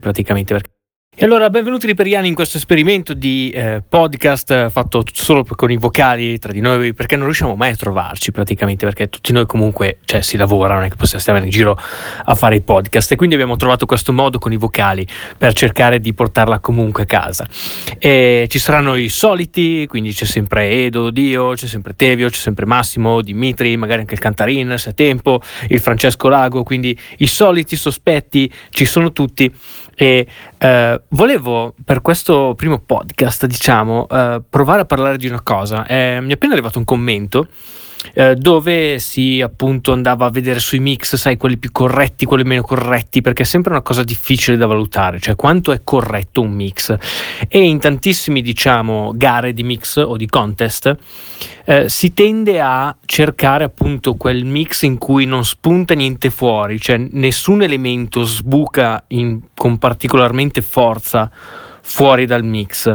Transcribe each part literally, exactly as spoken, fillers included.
praticamente. Perché... E allora, benvenuti riperiani in questo esperimento di eh, podcast fatto solo con i vocali tra di noi, perché non riusciamo mai a trovarci praticamente, perché tutti noi comunque, cioè, si lavora, non è che possiamo stare in giro a fare i podcast, e quindi abbiamo trovato questo modo con i vocali per cercare di portarla comunque a casa. E ci saranno i soliti, quindi c'è sempre Edo, Dio, c'è sempre Tevio, c'è sempre Massimo, Dimitri, magari anche il Cantarin se ha tempo, il Francesco Lago, quindi i soliti sospetti ci sono tutti. E eh, volevo per questo primo podcast, diciamo, eh, provare a parlare di una cosa. Eh, mi è appena arrivato un commento eh, dove si appunto andava a vedere sui mix, sai, quelli più corretti, quelli meno corretti, perché è sempre una cosa difficile da valutare, cioè quanto è corretto un mix. E in tantissimi, diciamo, gare di mix o di contest Eh, si tende a cercare appunto quel mix in cui non spunta niente fuori, cioè nessun elemento sbuca in, con particolarmente forza fuori dal mix.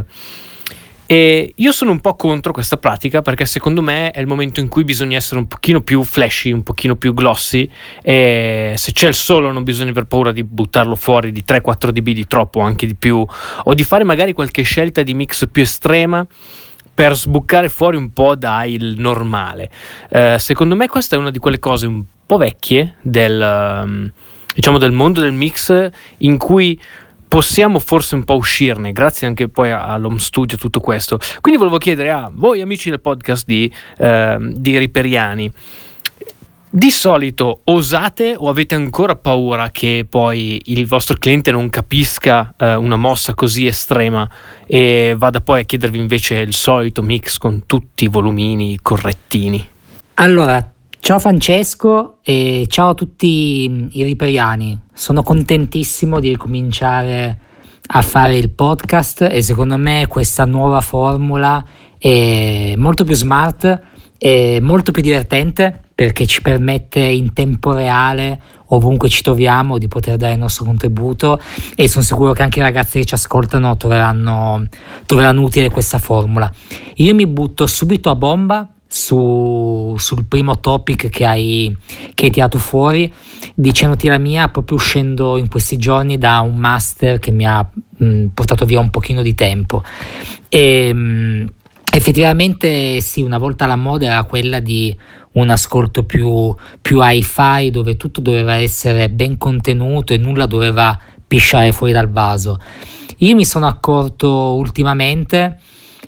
E io sono un po' contro questa pratica, perché secondo me è il momento in cui bisogna essere un pochino più flashy, un pochino più glossy, e se c'è il solo non bisogna aver paura di buttarlo fuori di tre quattro decibel di troppo, anche di più, o di fare magari qualche scelta di mix più estrema per sbucare fuori un po' dal normale. Eh, secondo me questa è una di quelle cose un po' vecchie del, um, diciamo, del mondo del mix, in cui possiamo forse un po' uscirne, grazie anche poi all'home studio, tutto questo. Quindi volevo chiedere a voi amici del podcast di, eh, di Riperiani, di solito osate o avete ancora paura che poi il vostro cliente non capisca eh, una mossa così estrema e vada poi a chiedervi invece il solito mix con tutti i volumini correttini? Allora, ciao Francesco e ciao a tutti i riperiani. Sono contentissimo di ricominciare a fare il podcast e secondo me questa nuova formula è molto più smart e molto più divertente, perché ci permette in tempo reale, ovunque ci troviamo, di poter dare il nostro contributo, e sono sicuro che anche i ragazzi che ci ascoltano troveranno, troveranno utile questa formula. Io mi butto subito a bomba su, sul primo topic che hai, che hai tirato fuori, dicendoti la mia, proprio uscendo in questi giorni da un master che mi ha mh, portato via un pochino di tempo. E mh, effettivamente sì, una volta la moda era quella di un ascolto più, più hi-fi, dove tutto doveva essere ben contenuto e nulla doveva pisciare fuori dal vaso. Io mi sono accorto ultimamente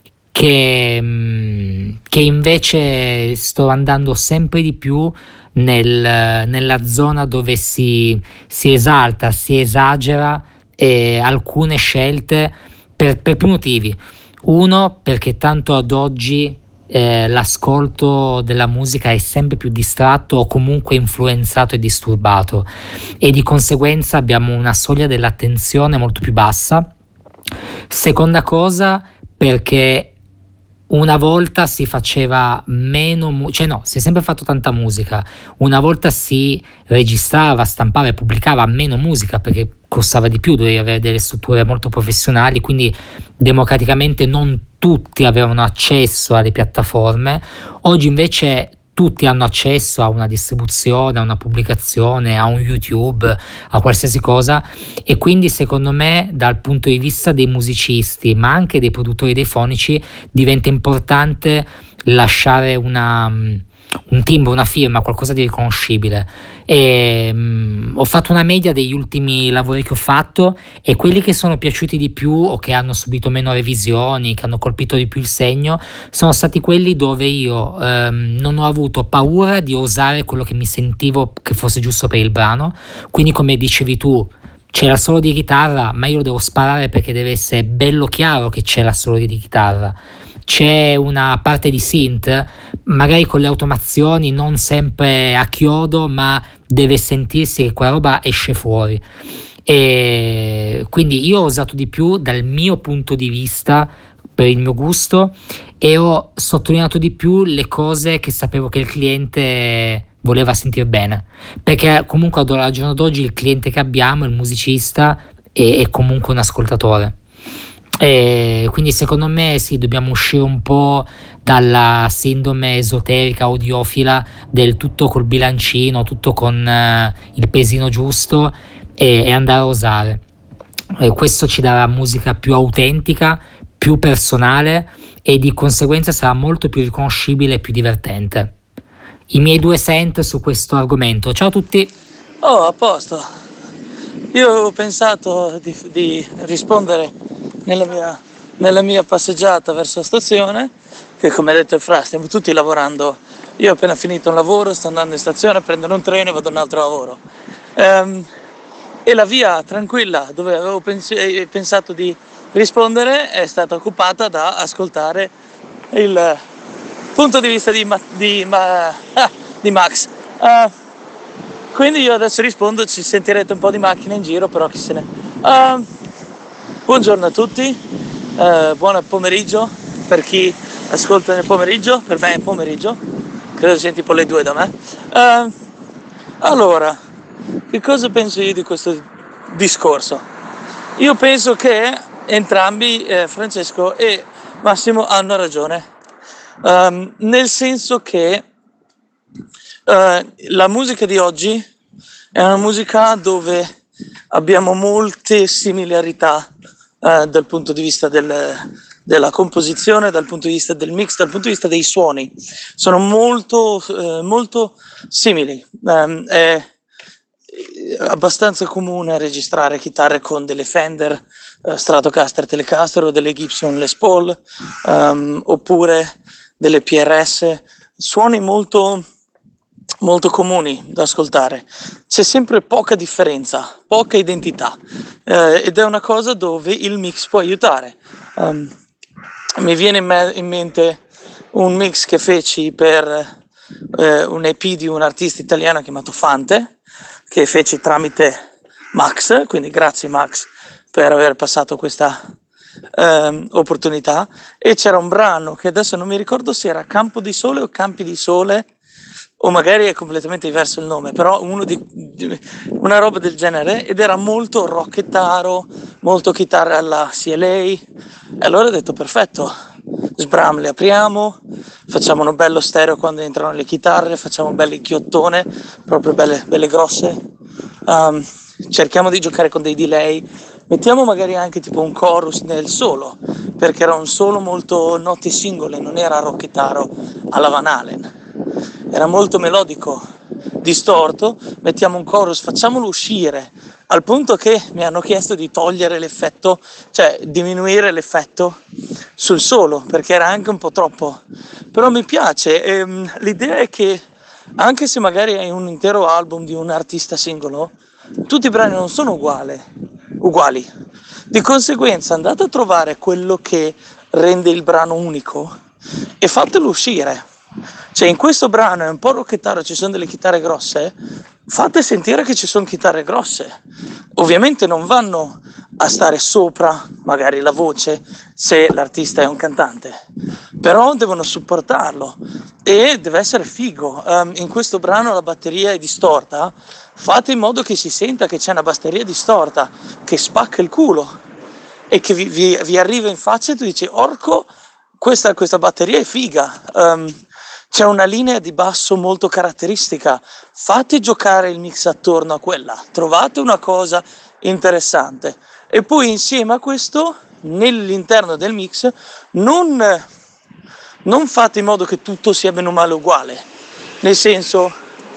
che, che invece sto andando sempre di più nel, nella zona dove si, si esalta, si esagera eh, alcune scelte per, per più motivi. Uno, perché tanto ad oggi eh, l'ascolto della musica è sempre più distratto o comunque influenzato e disturbato, e di conseguenza abbiamo una soglia dell'attenzione molto più bassa. Seconda cosa, perché una volta si faceva meno, mu- cioè no, si è sempre fatto tanta musica. Una volta si registrava, stampava e pubblicava meno musica perché costava di più, dovevi avere delle strutture molto professionali, quindi democraticamente non tutti avevano accesso alle piattaforme. Oggi invece tutti hanno accesso a una distribuzione, a una pubblicazione, a un YouTube, a qualsiasi cosa, e quindi secondo me dal punto di vista dei musicisti, ma anche dei produttori dei fonici, diventa importante lasciare una, un timbro, una firma, qualcosa di riconoscibile. E, um, ho fatto una media degli ultimi lavori che ho fatto, e quelli che sono piaciuti di più o che hanno subito meno revisioni, che hanno colpito di più il segno, sono stati quelli dove io um, non ho avuto paura di osare quello che mi sentivo che fosse giusto per il brano. Quindi, come dicevi tu, c'è la solo di chitarra, ma io lo devo sparare perché deve essere bello chiaro che c'è la solo di chitarra. C'è una parte di synth, magari con le automazioni, non sempre a chiodo, ma deve sentirsi che quella roba esce fuori. E quindi io ho usato di più dal mio punto di vista, per il mio gusto, e ho sottolineato di più le cose che sapevo che il cliente voleva sentire bene, perché comunque al giorno d'oggi il cliente che abbiamo, il musicista, è, è comunque un ascoltatore. E quindi secondo me sì, dobbiamo uscire un po' dalla sindrome esoterica audiofila del tutto col bilancino, tutto con uh, il pesino giusto, e, e andare a osare. E questo ci darà musica più autentica, più personale e di conseguenza sarà molto più riconoscibile e più divertente. I miei due cent su questo argomento. Ciao a tutti. Oh, a posto. Io avevo pensato di, di rispondere nella mia, nella mia passeggiata verso la stazione, che come ha detto il Fra, stiamo tutti lavorando. Io ho appena finito un lavoro, sto andando in stazione a prendere un treno e vado a un altro lavoro. Ehm, e la via tranquilla dove avevo pens- pensato di rispondere è stata occupata da ascoltare il punto di vista di, Ma- di, Ma- ah, di Max. Uh, quindi io adesso rispondo, ci sentirete un po' di macchine in giro, però chi se ne... Uh, buongiorno a tutti, uh, buon pomeriggio per chi ascolta nel pomeriggio, per me è pomeriggio, credo sia tipo le due da me. Uh, allora, che cosa penso io di questo discorso? Io penso che entrambi, eh, Francesco e Massimo, hanno ragione, um, nel senso che uh, la musica di oggi è una musica dove abbiamo molte similarità uh, dal punto di vista del, della composizione, dal punto di vista del mix, dal punto di vista dei suoni. Sono molto, uh, molto simili. Um, è abbastanza comune registrare chitarre con delle Fender uh, Stratocaster Telecaster o delle Gibson Les Paul, um, oppure delle P R S, suoni molto molto comuni da ascoltare. C'è sempre poca differenza, poca identità, eh, ed è una cosa dove il mix può aiutare. Um, mi viene in, me- in mente un mix che feci per eh, un E P di un artista italiano chiamato Fante, che feci tramite Max, quindi grazie Max per aver passato questa ehm, opportunità. E c'era un brano che adesso non mi ricordo se era Campo di Sole o Campi di Sole, o magari è completamente diverso il nome, però uno di, di una roba del genere, ed era molto rockettaro, molto chitarra alla C L A, e allora ho detto perfetto, sbram, le apriamo, facciamo uno bello stereo quando entrano le chitarre, facciamo un bel chiottone, proprio belle, belle grosse, um, cerchiamo di giocare con dei delay, mettiamo magari anche tipo un chorus nel solo, perché era un solo molto note singole, non era rockettaro alla Van Halen, era molto melodico, distorto, mettiamo un chorus, facciamolo uscire, al punto che mi hanno chiesto di togliere l'effetto, cioè diminuire l'effetto sul solo, perché era anche un po' troppo, però mi piace. Ehm, l'idea è che anche se magari hai un intero album di un artista singolo, tutti i brani non sono uguali, uguali. Di conseguenza andate a trovare quello che rende il brano unico e fatelo uscire. Cioè in questo brano è un po' rockettaro, ci sono delle chitarre grosse, fate sentire che ci sono chitarre grosse. Ovviamente non vanno a stare sopra magari la voce se l'artista è un cantante, però devono supportarlo e deve essere figo. Um, in questo brano la batteria è distorta, fate in modo che si senta che c'è una batteria distorta che spacca il culo e che vi, vi, vi arriva in faccia e tu dici orco, questa, questa batteria è figa. Um, c'è una linea di basso molto caratteristica, fate giocare il mix attorno a quella, trovate una cosa interessante e poi insieme a questo nell'interno del mix non, non fate in modo che tutto sia bene o male uguale, nel senso,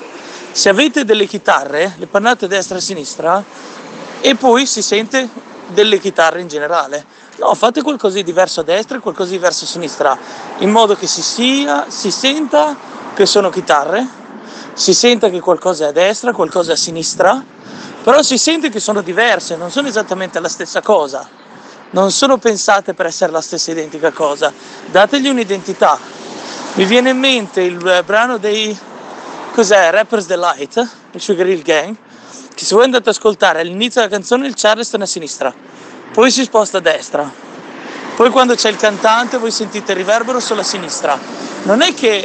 se avete delle chitarre le pannate destra e sinistra e poi si sente delle chitarre in generale, no, fate qualcosa di diverso a destra e qualcosa di diverso a sinistra, in modo che si sia, si senta che sono chitarre, si senta che qualcosa è a destra, qualcosa è a sinistra, però si sente che sono diverse, non sono esattamente la stessa cosa, non sono pensate per essere la stessa identica cosa, dategli un'identità. Mi viene in mente il brano dei, cos'è, Rapper's Delight, il Sugar Hill Gang, che se voi andate ad ascoltare all'inizio della canzone il Charleston è a sinistra, poi si sposta a destra, poi quando c'è il cantante voi sentite il riverbero solo a sinistra. Non è che,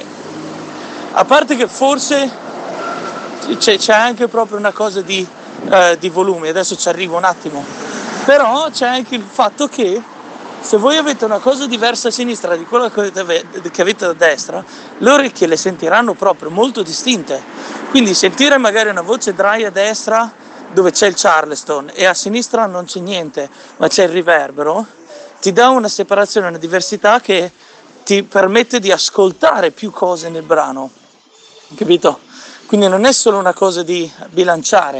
a parte che forse c'è, c'è anche proprio una cosa di, eh, di volume, adesso ci arrivo un attimo, però c'è anche il fatto che se voi avete una cosa diversa a sinistra di quello che avete, che avete a destra, le orecchie le sentiranno proprio molto distinte, quindi sentire magari una voce dry a destra dove c'è il Charleston e a sinistra non c'è niente, ma c'è il riverbero, ti dà una separazione, una diversità che ti permette di ascoltare più cose nel brano, capito? Quindi non è solo una cosa di bilanciare,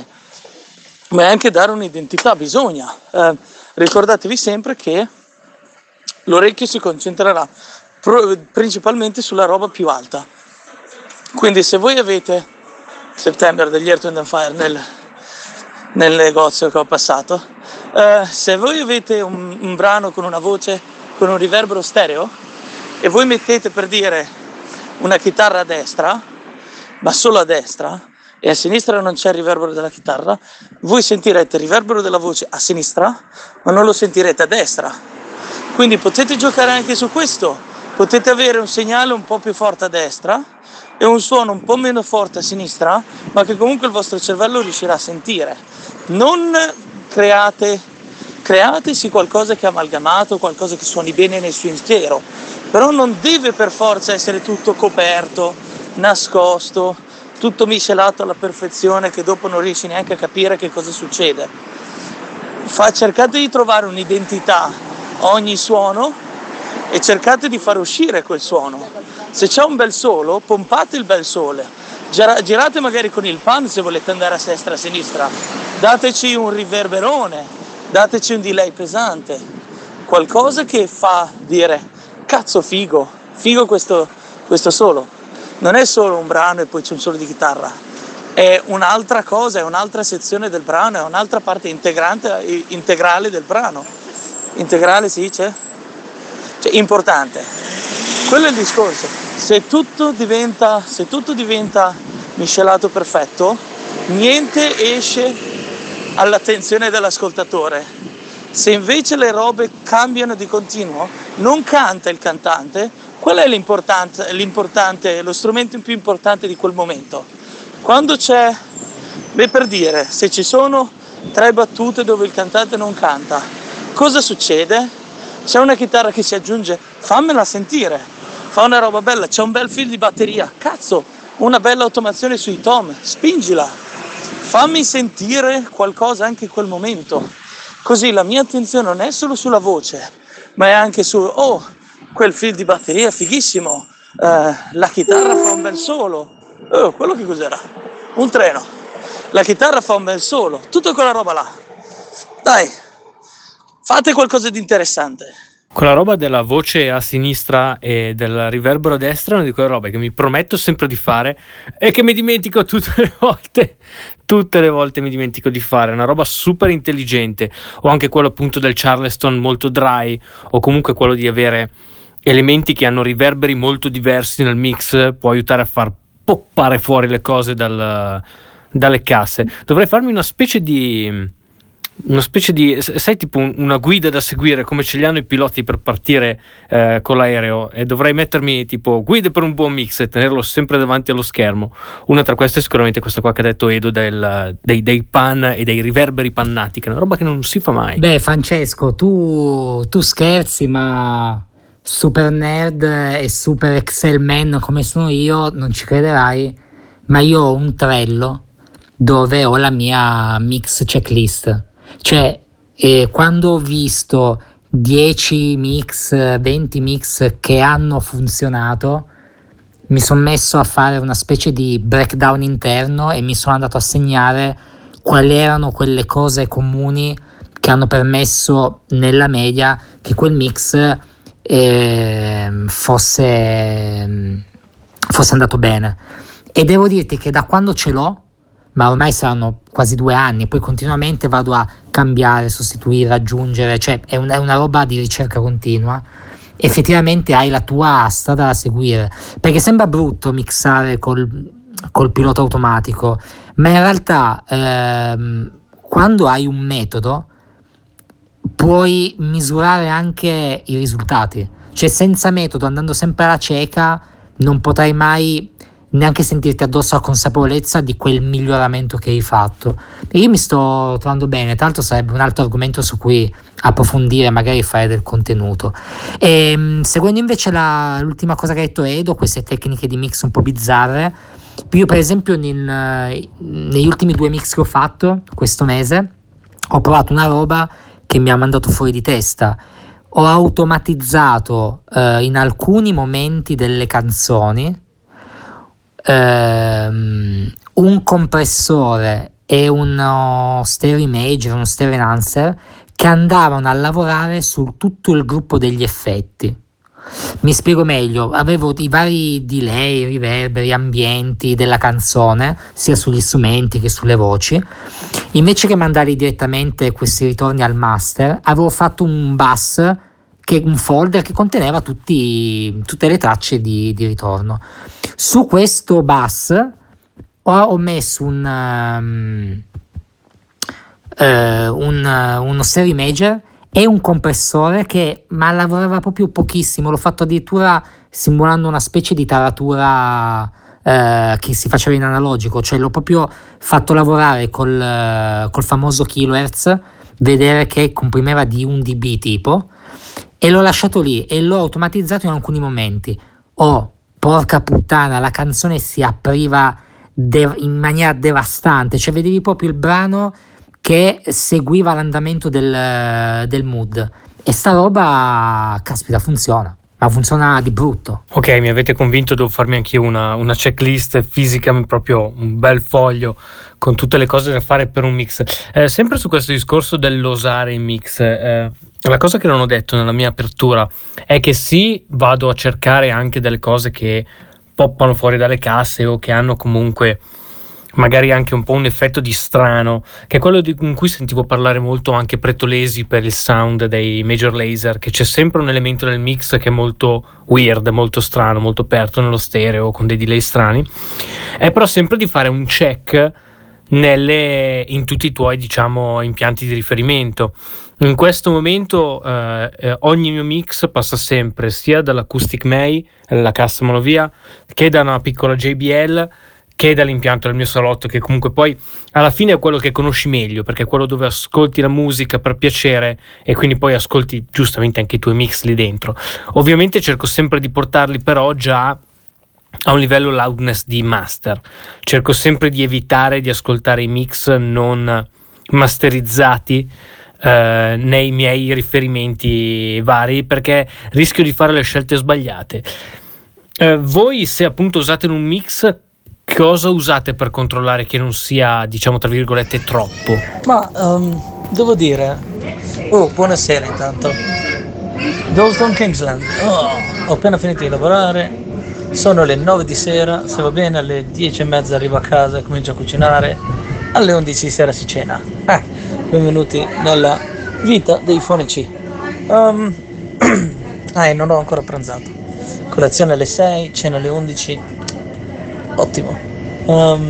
ma è anche dare un'identità, bisogna. Eh, ricordatevi sempre che l'orecchio si concentrerà pro- principalmente sulla roba più alta. Quindi se voi avete September degli Earth, Wind and Fire nel, nel negozio che ho passato, eh, se voi avete un, un brano con una voce, con un riverbero stereo, e voi mettete, per dire, una chitarra a destra, ma solo a destra, e a sinistra non c'è il riverbero della chitarra, voi sentirete il riverbero della voce a sinistra, ma non lo sentirete a destra. Quindi potete giocare anche su questo, potete avere un segnale un po' più forte a destra e un suono un po' meno forte a sinistra, ma che comunque il vostro cervello riuscirà a sentire. Non create, createsi qualcosa che è amalgamato, qualcosa che suoni bene nel suo intero, però non deve per forza essere tutto coperto, nascosto, tutto miscelato alla perfezione che dopo non riesci neanche a capire che cosa succede. Fa, cercate di trovare un'identità a ogni suono e cercate di far uscire quel suono. Se c'è un bel solo, pompate il bel sole, Gira, girate magari con il pan se volete andare a destra e a sinistra, dateci un riverberone, dateci un delay pesante, qualcosa che fa dire cazzo figo, figo questo, questo solo. Non è solo un brano e poi c'è un solo di chitarra, è un'altra cosa, è un'altra sezione del brano, è un'altra parte integrante, integrale del brano. Integrale si dice? Cioè importante. Quello è il discorso. Se tutto diventa, se tutto diventa miscelato perfetto, niente esce all'attenzione dell'ascoltatore. Se invece le robe cambiano di continuo, non canta il cantante, qual è l'importante, l'importante, lo strumento più importante di quel momento? Quando c'è, beh, per dire, se ci sono tre battute dove il cantante non canta, cosa succede? C'è una chitarra che si aggiunge, fammela sentire, fa una roba bella, c'è un bel fil di batteria, cazzo, una bella automazione sui tom, spingila, fammi sentire qualcosa anche in quel momento. Così la mia attenzione non è solo sulla voce, ma è anche su, oh, quel fil di batteria è fighissimo, eh, la chitarra fa un bel solo, oh, quello che cos'era? Un treno, la chitarra fa un bel solo, tutta quella roba là. Dai, fate qualcosa di interessante. Quella roba della voce a sinistra e del riverbero a destra è una di quelle robe che mi prometto sempre di fare e che mi dimentico tutte le volte. Tutte le volte mi dimentico di fare. È una roba super intelligente. O anche quello appunto del Charleston molto dry, o comunque quello di avere elementi che hanno riverberi molto diversi nel mix, può aiutare a far poppare fuori le cose dal, dalle casse. Dovrei farmi una specie di... una specie di, sai, tipo una guida da seguire come ce li hanno i piloti per partire eh, con l'aereo, e dovrei mettermi tipo guide per un buon mix e tenerlo sempre davanti allo schermo. Una tra queste è sicuramente questa qua che ha detto Edo del, dei, dei pan e dei riverberi pannati, che è una roba che non si fa mai. Beh, Francesco, tu, tu scherzi, ma super nerd e super Excel man come sono io non ci crederai, ma io ho un Trello dove ho la mia mix checklist. Cioè, eh, quando ho visto dieci mix, venti mix che hanno funzionato, mi sono messo a fare una specie di breakdown interno e mi sono andato a segnare quali erano quelle cose comuni che hanno permesso nella media che quel mix eh, fosse, fosse andato bene. E devo dirti che da quando ce l'ho, ma ormai saranno quasi due anni, poi continuamente vado a cambiare, sostituire, aggiungere, cioè è, un, è una roba di ricerca continua. Effettivamente hai la tua strada da seguire, perché sembra brutto mixare col, col pilota automatico, ma in realtà ehm, quando hai un metodo puoi misurare anche i risultati. Cioè senza metodo, andando sempre alla cieca, non potrai mai neanche sentirti addosso la consapevolezza di quel miglioramento che hai fatto. E io mi sto trovando bene, tra l'altro sarebbe un altro argomento su cui approfondire, magari fare del contenuto. E, seguendo invece la, l'ultima cosa che ha detto Edo, queste tecniche di mix un po' bizzarre, Io per esempio in, negli ultimi due mix che ho fatto questo mese ho provato una roba che mi ha mandato fuori di testa. Ho automatizzato eh, in alcuni momenti delle canzoni ehm, un compressore e uno stereo imager, uno stereo enhancer che andavano a lavorare su tutto il gruppo degli effetti. Mi spiego meglio, avevo i vari delay, riverberi, ambienti della canzone, sia sugli strumenti che sulle voci. Invece che mandare direttamente questi ritorni al master, avevo fatto un bus, che un folder che conteneva tutti, tutte le tracce di, di ritorno. Su questo bus ho, ho messo un, um, uh, un uh, uno stereo imager e un compressore che ma lavorava proprio pochissimo. L'ho fatto addirittura simulando una specie di taratura eh, che si faceva in analogico, cioè l'ho proprio fatto lavorare col, col famoso kilohertz, vedere che comprimeva di un dB tipo, e l'ho lasciato lì e l'ho automatizzato in alcuni momenti. Oh, porca puttana, la canzone si apriva de- in maniera devastante, cioè vedevi proprio il brano che seguiva l'andamento del, del mood, e sta roba, caspita, funziona, ma funziona di brutto. Ok, mi avete convinto, devo farmi anche una, una checklist fisica, proprio un bel foglio con tutte le cose da fare per un mix. Eh, sempre su questo discorso dell'osare in mix, eh, la cosa che non ho detto nella mia apertura è che sì, vado a cercare anche delle cose che poppano fuori dalle casse o che hanno comunque magari anche un po' un effetto di strano, che è quello di in cui sentivo parlare molto anche Pretolesi per il sound dei Major Lazer, che c'è sempre un elemento nel mix che è molto weird, molto strano, molto aperto nello stereo, con dei delay strani. È però sempre di fare un check nelle, in tutti i tuoi, diciamo, impianti di riferimento. In questo momento eh, eh, ogni mio mix passa sempre sia dall'Acoustic May, la cassa monovia, che da una piccola J B L, che dall'impianto del mio salotto, che comunque poi alla fine è quello che conosci meglio, perché è quello dove ascolti la musica per piacere e quindi poi ascolti giustamente anche i tuoi mix lì dentro. Ovviamente cerco sempre di portarli però già a un livello loudness di master, cerco sempre di evitare di ascoltare i mix non masterizzati eh, nei miei riferimenti vari, perché rischio di fare le scelte sbagliate. Eh, voi, se appunto usate in un mix, cosa usate per controllare che non sia, diciamo tra virgolette, troppo? Ma um, devo dire, oh, buonasera intanto. Dalston Kingsland. Oh, ho appena finito di lavorare, sono le nove di sera, se va bene alle dieci e mezza arrivo a casa e comincio a cucinare, alle undici di sera si cena. Eh, benvenuti nella vita dei fonici. Um, ah, e non ho ancora pranzato. Colazione alle sei, cena alle undici. Ottimo. Um,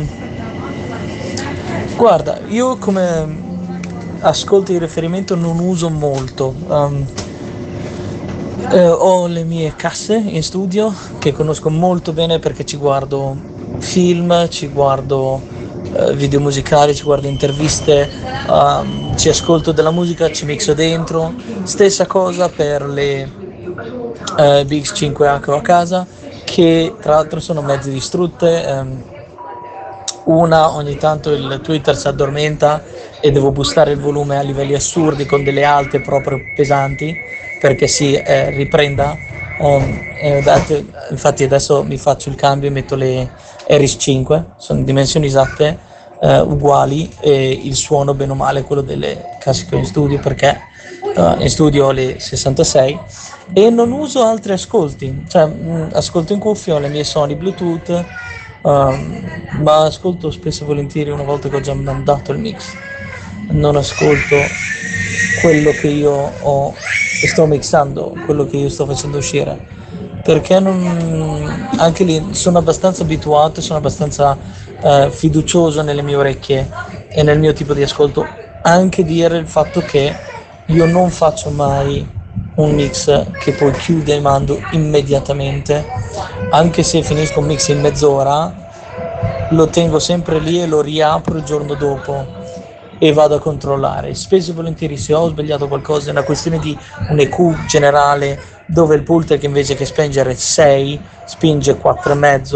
guarda, io come ascolto di riferimento non uso molto. Um, eh, ho le mie casse in studio che conosco molto bene perché ci guardo film, ci guardo uh, video musicali, ci guardo interviste, um, ci ascolto della musica, ci mixo dentro. Stessa cosa per le uh, B X cinque H a casa, che tra l'altro sono mezze distrutte. Um, una ogni tanto il Twitter si addormenta e devo boostare il volume a livelli assurdi con delle alte proprio pesanti perché si eh, riprenda. Um, e date, infatti adesso mi faccio il cambio e metto le R S cinque, sono dimensioni esatte, eh, uguali, e il suono bene o male è quello delle casse che ho in studio, perché uh, in studio ho le sessantasei e non uso altri ascolti, cioè mh, ascolto in cuffia, ho le mie Sony Bluetooth, um, ma ascolto spesso e volentieri una volta che ho già mandato il mix, non ascolto quello che io ho e sto mixando, quello che io sto facendo uscire, perché non, anche lì sono abbastanza abituato, sono abbastanza uh, fiducioso nelle mie orecchie e nel mio tipo di ascolto. Anche dire il fatto che io non faccio mai un mix che poi chiude e mando immediatamente, anche se finisco un mix in mezz'ora lo tengo sempre lì e lo riapro il giorno dopo e vado a controllare. Spesso e volentieri, se ho sbagliato qualcosa, è una questione di un E Q generale dove il pulter, che invece che spingere sei spinge quattro e mezzo,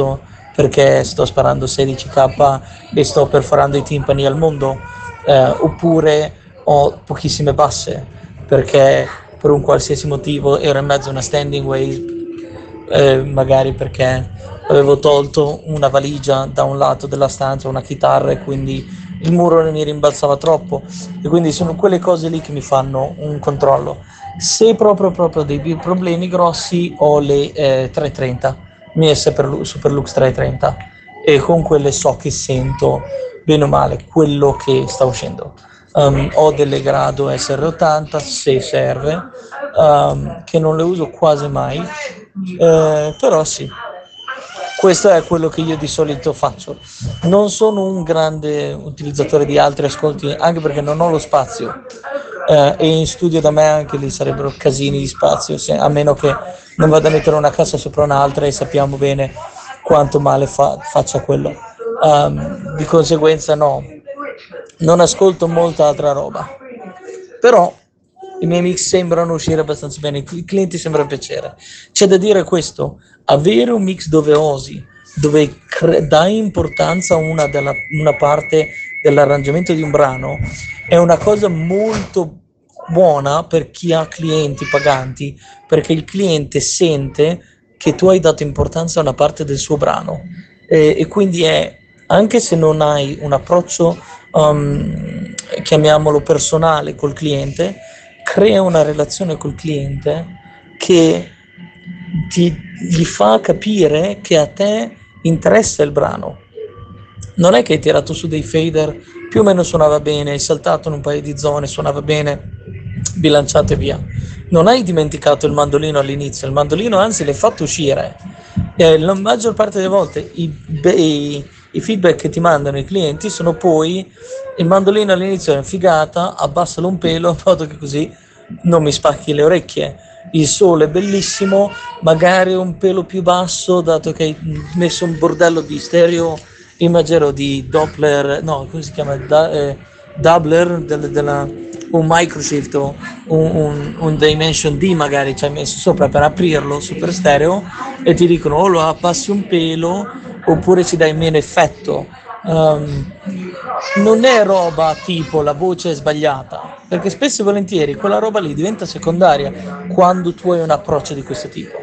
perché sto sparando sedici k e sto perforando i timpani al mondo, eh, oppure ho pochissime basse perché per un qualsiasi motivo ero in mezzo a una standing wave, eh, magari perché avevo tolto una valigia da un lato della stanza, una chitarra, e quindi il muro non mi rimbalzava troppo, e quindi sono quelle cose lì che mi fanno un controllo. Se proprio proprio dei problemi grossi, ho le eh, trecentotrenta mie Super, Superlux trecentotrenta, e con quelle so che sento bene o male quello che sta uscendo. Um, ho delle grado S R ottanta se serve, um, che non le uso quasi mai, eh, però sì, questo è quello che io di solito faccio. Non sono un grande utilizzatore di altri ascolti, anche perché non ho lo spazio, eh, e in studio da me anche lì sarebbero casini di spazio, se, a meno che non vada a mettere una cassa sopra un'altra, e sappiamo bene quanto male fa, faccia quello. Um, di conseguenza no, non ascolto molta altra roba, però i miei mix sembrano uscire abbastanza bene, i clienti sembra piacere. C'è da dire questo: avere un mix dove osi, dove cre- dai importanza a una, della, una parte dell'arrangiamento di un brano, è una cosa molto buona per chi ha clienti paganti, perché il cliente sente che tu hai dato importanza a una parte del suo brano, e, e quindi è, anche se non hai un approccio, um, chiamiamolo personale, col cliente, crea una relazione col cliente che ti, gli fa capire che a te interessa il brano. Non è che hai tirato su dei fader, più o meno suonava bene, hai saltato in un paio di zone, suonava bene, bilanciato e via. Non hai dimenticato il mandolino all'inizio, il mandolino anzi l'hai fatto uscire. Eh, la maggior parte delle volte i, i, i feedback che ti mandano i clienti sono poi: il mandolino all'inizio è una figata, abbassalo un pelo in modo che così non mi spacchi le orecchie. Il solo è bellissimo, magari un pelo più basso, dato che hai messo un bordello di stereo imagero, di Doppler, no, come si chiama? Da, eh, Doubler, del, della, un microshift o un, un, un Dimension D magari ci hai messo sopra per aprirlo super stereo, e ti dicono o lo abbassi un pelo oppure ci dai meno effetto. Um, non è roba tipo la voce è sbagliata, perché spesso e volentieri quella roba lì diventa secondaria quando tu hai un approccio di questo tipo.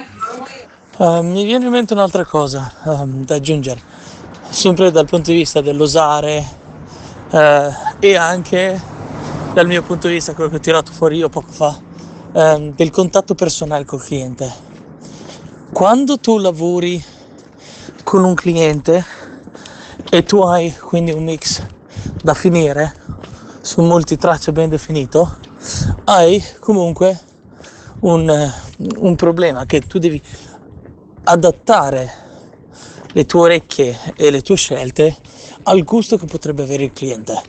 Uh, mi viene in mente un'altra cosa um, da aggiungere, sempre dal punto di vista dell'osare, uh, e anche dal mio punto di vista, quello che ho tirato fuori io poco fa, um, del contatto personale col cliente. Quando tu lavori con un cliente e tu hai quindi un mix da finire su multitraccia ben definito, hai comunque un, un problema che tu devi adattare le tue orecchie e le tue scelte al gusto che potrebbe avere il cliente.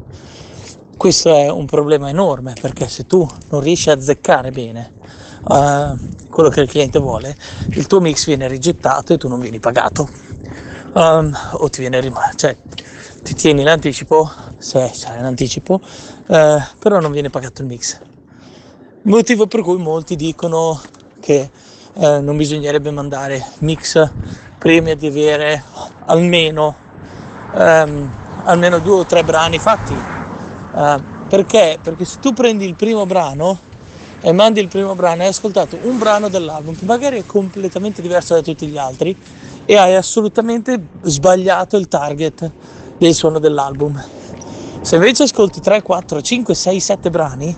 Questo è un problema enorme, perché se tu non riesci a azzeccare bene uh, quello che il cliente vuole, il tuo mix viene rigettato e tu non vieni pagato, um, o ti viene rim- cioè ti tieni l'anticipo se c'è un anticipo, uh, però non viene pagato il mix. Motivo per cui molti dicono che uh, non bisognerebbe mandare mix prima di avere almeno um, almeno due o tre brani fatti. Uh, perché? Perché se tu prendi il primo brano e mandi il primo brano, hai ascoltato un brano dell'album che magari è completamente diverso da tutti gli altri, e hai assolutamente sbagliato il target del suono dell'album. Se invece ascolti tre, quattro, cinque, sei, sette brani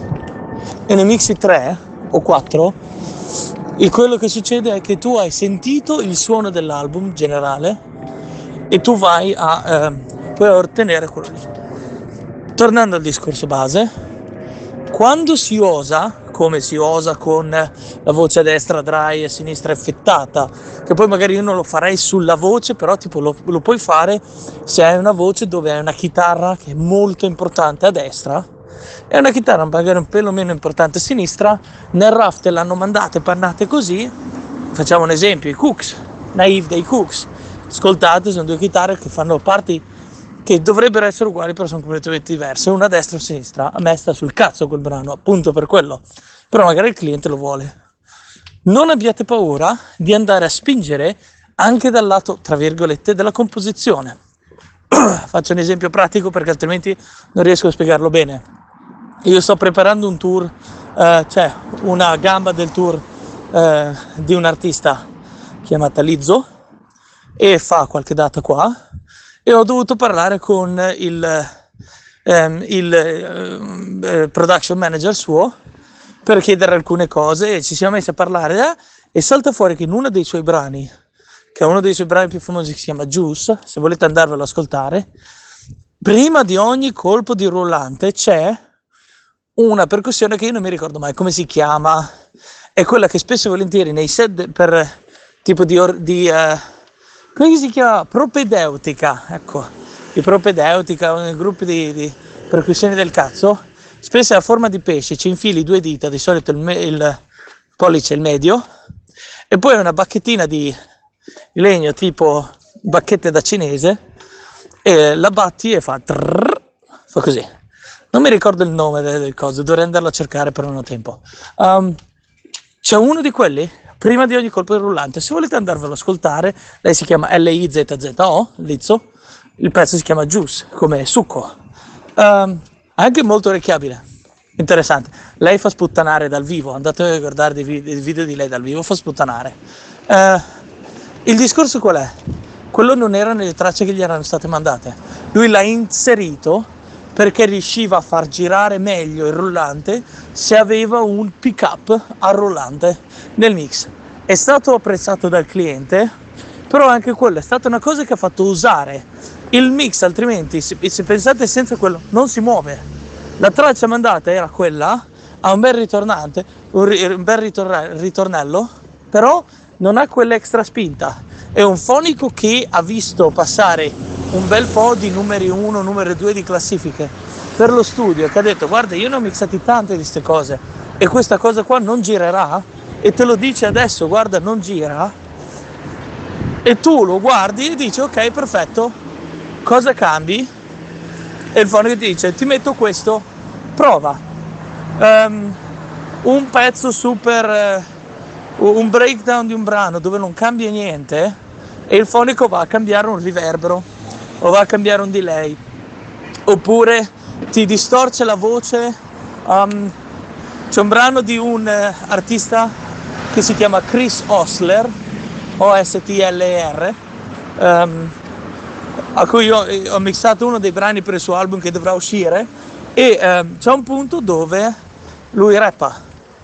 e ne mixi tre o quattro, e quello che succede è che tu hai sentito il suono dell'album generale e tu vai a eh, puoi ottenere quello lì. Tornando al discorso base, quando si osa, come si osa con la voce a destra dry e a sinistra effettata, che poi magari io non lo farei sulla voce, però tipo lo, lo puoi fare se hai una voce dove hai una chitarra che è molto importante a destra e una chitarra magari un pelo meno importante a sinistra, nel raft l'hanno mandate pannate così. Facciamo un esempio: i Cooks, Naive dei Cooks, ascoltate, sono due chitarre che fanno parti che dovrebbero essere uguali, però sono completamente diverse, una a destra e a sinistra. A me sta sul cazzo quel brano, appunto per quello, però magari il cliente lo vuole. Non abbiate paura di andare a spingere anche dal lato, tra virgolette, della composizione. Faccio un esempio pratico perché altrimenti non riesco a spiegarlo bene. Io sto preparando un tour, eh, cioè una gamba del tour eh, di un artista chiamata Lizzo, e fa qualche data qua, e ho dovuto parlare con il, ehm, il eh, production manager suo per chiedere alcune cose, e ci siamo messi a parlare eh, e salta fuori che in uno dei suoi brani, che è uno dei suoi brani più famosi, che si chiama Juice, se volete andarvelo ad ascoltare, prima di ogni colpo di rullante c'è una percussione che io non mi ricordo mai come si chiama, è quella che spesso e volentieri nei set per tipo di, or, di uh, come si chiama? Propedeutica, ecco, di propedeutica, nei gruppi di, di percussioni del cazzo, spesso è a forma di pesce, ci infili due dita, di solito il, me, il pollice e il medio, e poi una bacchettina di legno tipo bacchette da cinese, e la batti e fa trrr, fa così. Non mi ricordo il nome del, del coso, dovrei andarlo a cercare per non ho tempo. Um, c'è uno di quelli prima di ogni colpo di rullante, se volete andarvelo ad ascoltare. Lei si chiama L I Z Z O, Lizzo, il pezzo si chiama Juice, come succo. Um, anche molto orecchiabile, interessante. Lei fa sputtanare dal vivo, andate a guardare dei video di lei dal vivo, fa sputtanare. Uh, il discorso qual è? Quello non era nelle tracce che gli erano state mandate. Lui l'ha inserito perché riusciva a far girare meglio il rullante se aveva un pick up al rullante nel mix. È stato apprezzato dal cliente, però anche quello è stata una cosa che ha fatto usare il mix, altrimenti se, se pensate senza quello non si muove. La traccia mandata era quella, ha un bel ritornante, un, un bel ritorn- ritornello, però non ha quell'extra spinta. È un fonico che ha visto passare un bel po' di numeri uno, numero due di classifiche per lo studio, che ha detto guarda, io ne ho mixati tante di queste cose e questa cosa qua non girerà, e te lo dice adesso, guarda, non gira, e tu lo guardi e dici ok, perfetto, cosa cambi? E il fonico ti dice ti metto questo, prova um, un pezzo super uh, un breakdown di un brano dove non cambia niente, e il fonico va a cambiare un riverbero o va a cambiare un delay, oppure ti distorce la voce. Um, c'è un brano di un uh, artista che si chiama Chris Osler, O S T L E R, um, a cui io ho mixato uno dei brani per il suo album che dovrà uscire, e um, c'è un punto dove lui rappa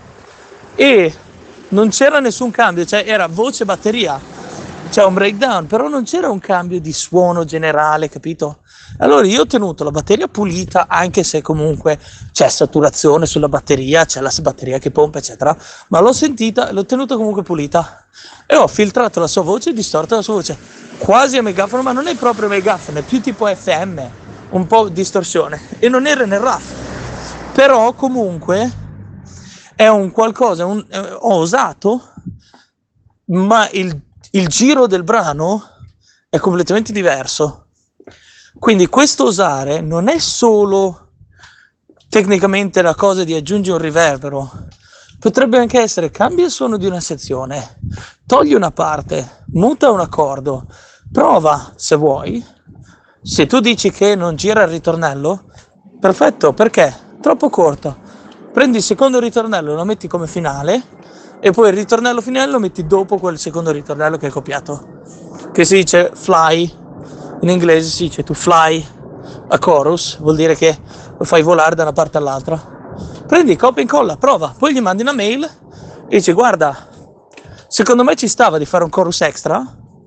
e non c'era nessun cambio, cioè era voce batteria, c'è un breakdown, però non c'era un cambio di suono generale, capito? Allora io ho tenuto la batteria pulita, anche se comunque c'è saturazione sulla batteria, c'è la batteria che pompa eccetera, ma l'ho sentita, l'ho tenuta comunque pulita, e ho filtrato la sua voce, distorta la sua voce quasi a megafono, ma non è proprio megafono, è più tipo F M, un po' distorsione, e non era nel raff, però comunque è un qualcosa, un, eh, ho osato, ma il il giro del brano è completamente diverso. Quindi questo osare non è solo tecnicamente la cosa di aggiungere un riverbero, potrebbe anche essere cambia il suono di una sezione, togli una parte, muta un accordo, prova se vuoi. Se tu dici che non gira il ritornello, perfetto, perché? Troppo corto. Prendi il secondo ritornello, lo metti come finale, e poi il ritornello finale lo metti dopo quel secondo ritornello che hai copiato, che si dice fly, in inglese si dice to fly a chorus, vuol dire che lo fai volare da una parte all'altra. Prendi, copia e incolla, prova, poi gli mandi una mail e dici guarda, secondo me ci stava di fare un chorus extra,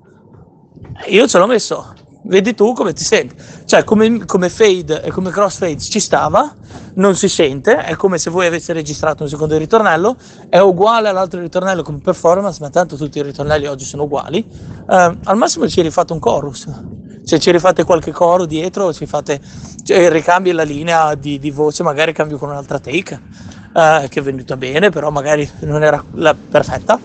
io ce l'ho messo, vedi tu come ti senti, cioè come, come fade e come crossfade ci stava, non si sente, è come se voi aveste registrato un secondo ritornello, è uguale all'altro ritornello come performance, ma tanto tutti i ritornelli oggi sono uguali, eh, al massimo ci rifate un chorus, se ci rifate qualche coro dietro, ci fate, cioè, ricambi la linea di, di voce, magari cambio con un'altra take, eh, che è venuta bene, però magari non era la perfetta,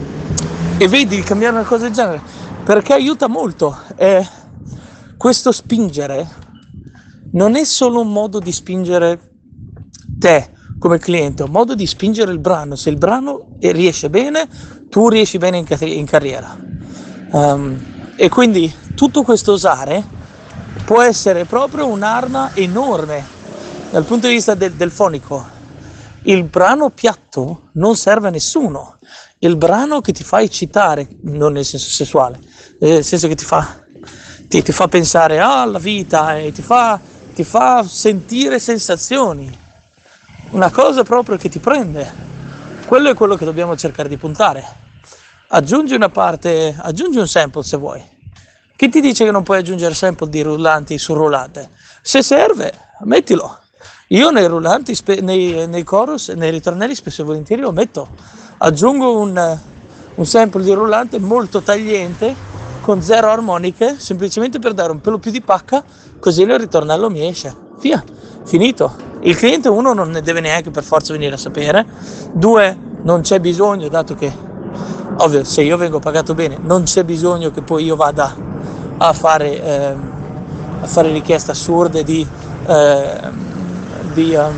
e vedi cambiare una cosa del genere, perché aiuta molto. Eh, questo spingere non è solo un modo di spingere te come cliente, è un modo di spingere il brano. Se il brano riesce bene, tu riesci bene in, in carriera. Um, e quindi tutto questo usare può essere proprio un'arma enorme dal punto di vista del, del fonico. Il brano piatto non serve a nessuno. Il brano che ti fa eccitare, non nel senso sessuale, nel senso che ti fa, ti, ti fa pensare alla vita e ti fa, ti fa sentire sensazioni, una cosa proprio che ti prende. Quello è quello che dobbiamo cercare di puntare. Aggiungi una parte, aggiungi un sample se vuoi. Chi ti dice che non puoi aggiungere sample di rullanti su rullante? Se serve, mettilo. Io nei rullanti, nei, nei chorus, nei ritornelli spesso e volentieri lo metto. Aggiungo un, un sample di rullante molto tagliente con zero armoniche, semplicemente per dare un pelo più di pacca, così il ritornello mi esce. Via, finito. Il cliente, uno, non ne deve neanche per forza venire a sapere. Due, non c'è bisogno, dato che, ovvio, se io vengo pagato bene, non c'è bisogno che poi io vada a fare, eh, a fare richieste assurde di... Eh, Di, um,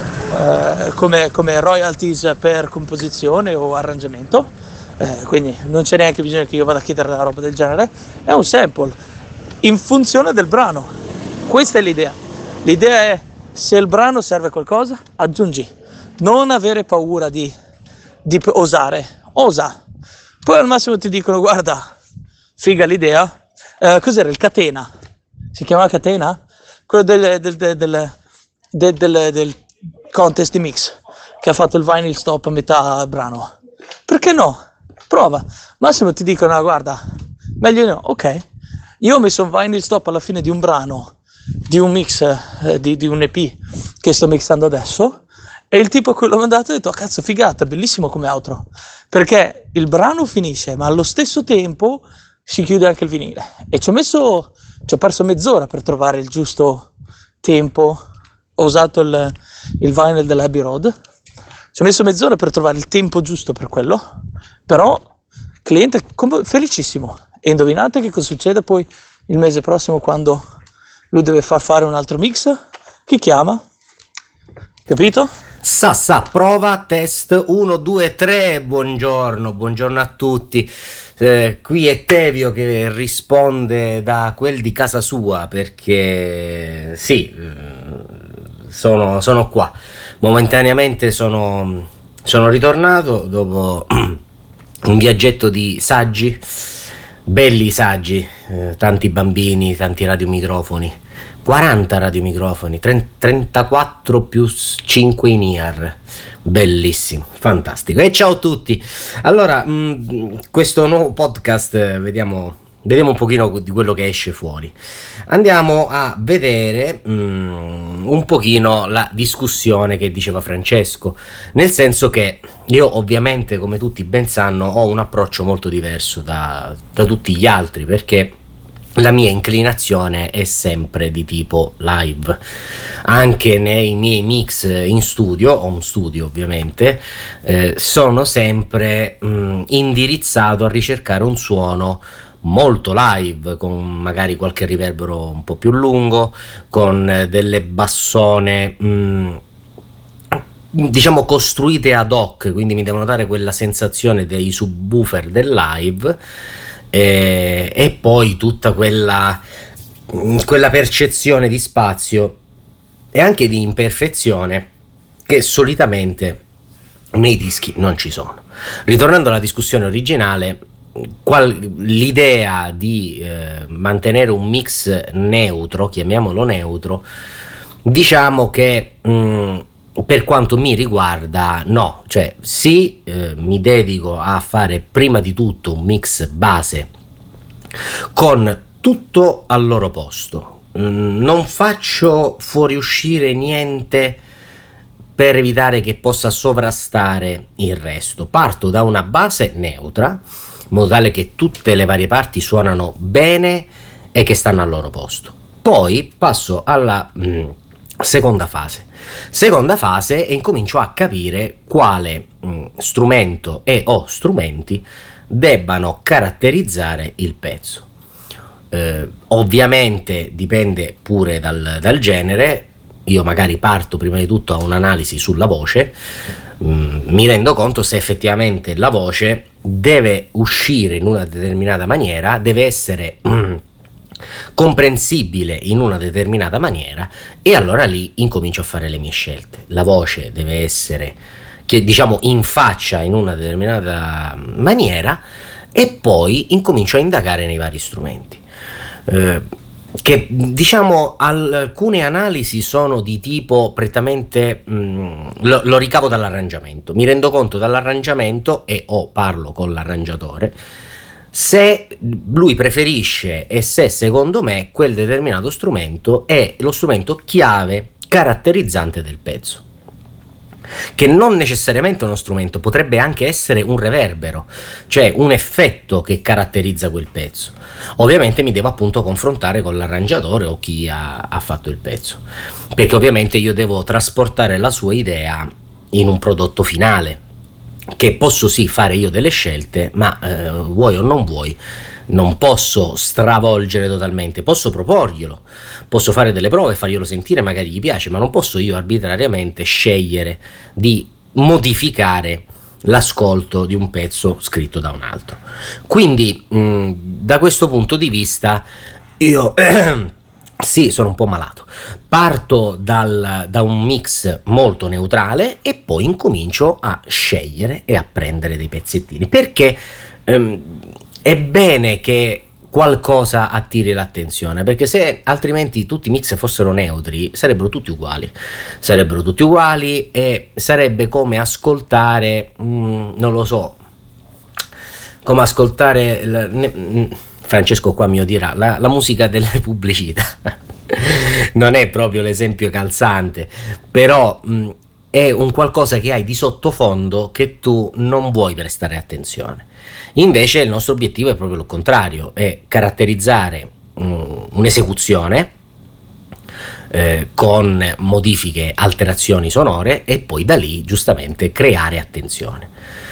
uh, come, come royalties per composizione o arrangiamento, eh, quindi non c'è neanche bisogno che io vada a chiedere una roba del genere. È un sample in funzione del brano. Questa è l'idea. L'idea è, se il brano serve a qualcosa, aggiungi, non avere paura di, di osare, osa. Poi al massimo ti dicono: guarda, figa l'idea, eh, cos'era il catena? Si chiamava catena? Quello del, del, del, del Del, del, del contest di mix che ha fatto il vinyl stop a metà brano. Perché no? Prova. Massimo ti dicono: no, guarda, meglio no. Ok, io ho messo un vinyl stop alla fine di un brano, di un mix, eh, di, di un E P che sto mixando adesso, e il tipo a cui l'ho mandato ha detto: oh, cazzo, figata, bellissimo come outro, perché il brano finisce ma allo stesso tempo si chiude anche il vinile. E ci ho messo, ci ho perso mezz'ora per trovare il giusto tempo. Ho usato il, il vinyl dell'Abbey Road, ci ho messo mezz'ora per trovare il tempo giusto per quello, però cliente com- felicissimo. E indovinate che cosa succede poi il mese prossimo, quando lui deve far fare un altro mix? Chi chiama? Capito? Sa, sa, prova, test, uno, due, tre, buongiorno, buongiorno a tutti. Eh, qui è Tevio che risponde da quel di casa sua, perché sì, sono, sono qua. Momentaneamente sono, sono ritornato dopo un viaggetto di saggi, belli saggi, eh, tanti bambini, tanti radiomicrofoni. quaranta radiomicrofoni, trentaquattro più cinque in I A R, bellissimo, fantastico. E ciao a tutti. Allora, mh, questo nuovo podcast, vediamo, vediamo un pochino di quello che esce fuori. Andiamo a vedere mh, un pochino la discussione che diceva Francesco, nel senso che io ovviamente, come tutti ben sanno, ho un approccio molto diverso da, da tutti gli altri, perché la mia inclinazione è sempre di tipo live. Anche nei miei mix in studio, home studio ovviamente, eh, sono sempre mh, indirizzato a ricercare un suono molto live, con magari qualche riverbero un po' più lungo, con eh, delle bassone mh, diciamo costruite ad hoc, quindi mi devono dare quella sensazione dei subwoofer del live. E, e poi tutta quella, quella percezione di spazio e anche di imperfezione che solitamente nei dischi non ci sono. Ritornando alla discussione originale, qual, l'idea di eh, mantenere un mix neutro, chiamiamolo neutro, diciamo che mh, per quanto mi riguarda no, cioè sì, eh, mi dedico a fare prima di tutto un mix base con tutto al loro posto, mm, non faccio fuoriuscire niente per evitare che possa sovrastare il resto. Parto da una base neutra, in modo tale che tutte le varie parti suonano bene e che stanno al loro posto. Poi passo alla mm, seconda fase. Seconda fase e incomincio a capire quale mh, strumento e o strumenti debbano caratterizzare il pezzo. Eh, ovviamente dipende pure dal, dal genere. Io magari parto prima di tutto a un'analisi sulla voce, mh, mi rendo conto se effettivamente la voce deve uscire in una determinata maniera, deve essere mh, comprensibile in una determinata maniera, e allora lì incomincio a fare le mie scelte. La voce deve essere, che diciamo, in faccia in una determinata maniera, e poi incomincio a indagare nei vari strumenti. Eh, che diciamo alcune analisi sono di tipo prettamente mh, lo, lo ricavo dall'arrangiamento, mi rendo conto dall'arrangiamento e o parlo con l'arrangiatore se lui preferisce e se secondo me quel determinato strumento è lo strumento chiave caratterizzante del pezzo, che non necessariamente è uno strumento, potrebbe anche essere un reverbero, cioè un effetto che caratterizza quel pezzo. Ovviamente mi devo appunto confrontare con l'arrangiatore o chi ha, ha fatto il pezzo, perché ovviamente io devo trasportare la sua idea in un prodotto finale, che posso sì fare io delle scelte, ma eh, vuoi o non vuoi, non posso stravolgere totalmente, posso proporglielo, posso fare delle prove, farglielo sentire, magari gli piace, ma non posso io arbitrariamente scegliere di modificare l'ascolto di un pezzo scritto da un altro. Quindi mh, da questo punto di vista io eh, sì, sono un po' malato. Parto dal, da un mix molto neutrale e poi incomincio a scegliere e a prendere dei pezzettini, perché ehm, è bene che qualcosa attiri l'attenzione, perché se altrimenti tutti i mix fossero neutri sarebbero tutti uguali, sarebbero tutti uguali e sarebbe come ascoltare, mh, non lo so, come ascoltare, la, ne, Francesco qua mi dirà, la, la musica delle pubblicità. Non è proprio l'esempio calzante, però mh, è un qualcosa che hai di sottofondo che tu non vuoi prestare attenzione. Invece il nostro obiettivo è proprio il contrario, è caratterizzare mh, un'esecuzione eh, con modifiche, alterazioni sonore, e poi da lì giustamente creare attenzione.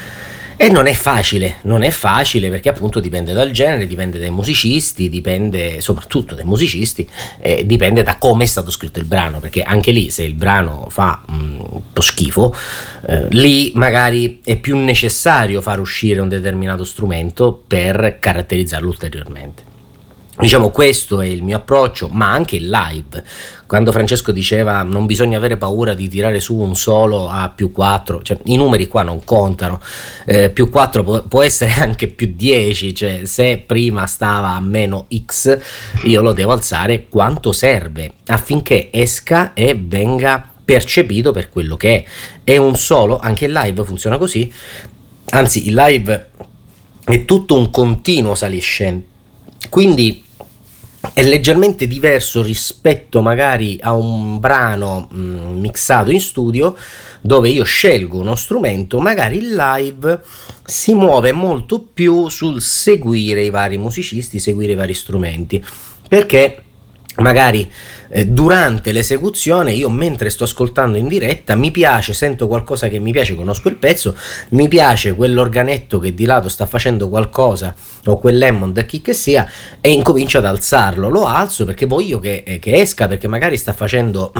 E non è facile, non è facile perché appunto dipende dal genere, dipende dai musicisti, dipende soprattutto dai musicisti, eh, dipende da come è stato scritto il brano, perché anche lì se il brano fa mh, un po' schifo, eh, lì magari è più necessario far uscire un determinato strumento per caratterizzarlo ulteriormente. Diciamo, questo è il mio approccio, ma anche il live. Quando Francesco diceva non bisogna avere paura di tirare su un solo a più quattro, cioè i numeri qua non contano, eh, più quattro può, può essere anche più dieci, cioè se prima stava a meno X io lo devo alzare quanto serve affinché esca e venga percepito per quello che è. È un solo, anche il live funziona così, anzi il live è tutto un continuo saliscente, quindi è leggermente diverso rispetto magari a un brano mh, mixato in studio, dove io scelgo uno strumento, magari il live si muove molto più sul seguire i vari musicisti, seguire i vari strumenti, perché magari eh, durante l'esecuzione io, mentre sto ascoltando in diretta, mi piace, sento qualcosa che mi piace, conosco il pezzo, mi piace quell'organetto che di lato sta facendo qualcosa, o quell'Hammond, chi che sia, e incomincio ad alzarlo, lo alzo perché voglio che, eh, che esca, perché magari sta facendo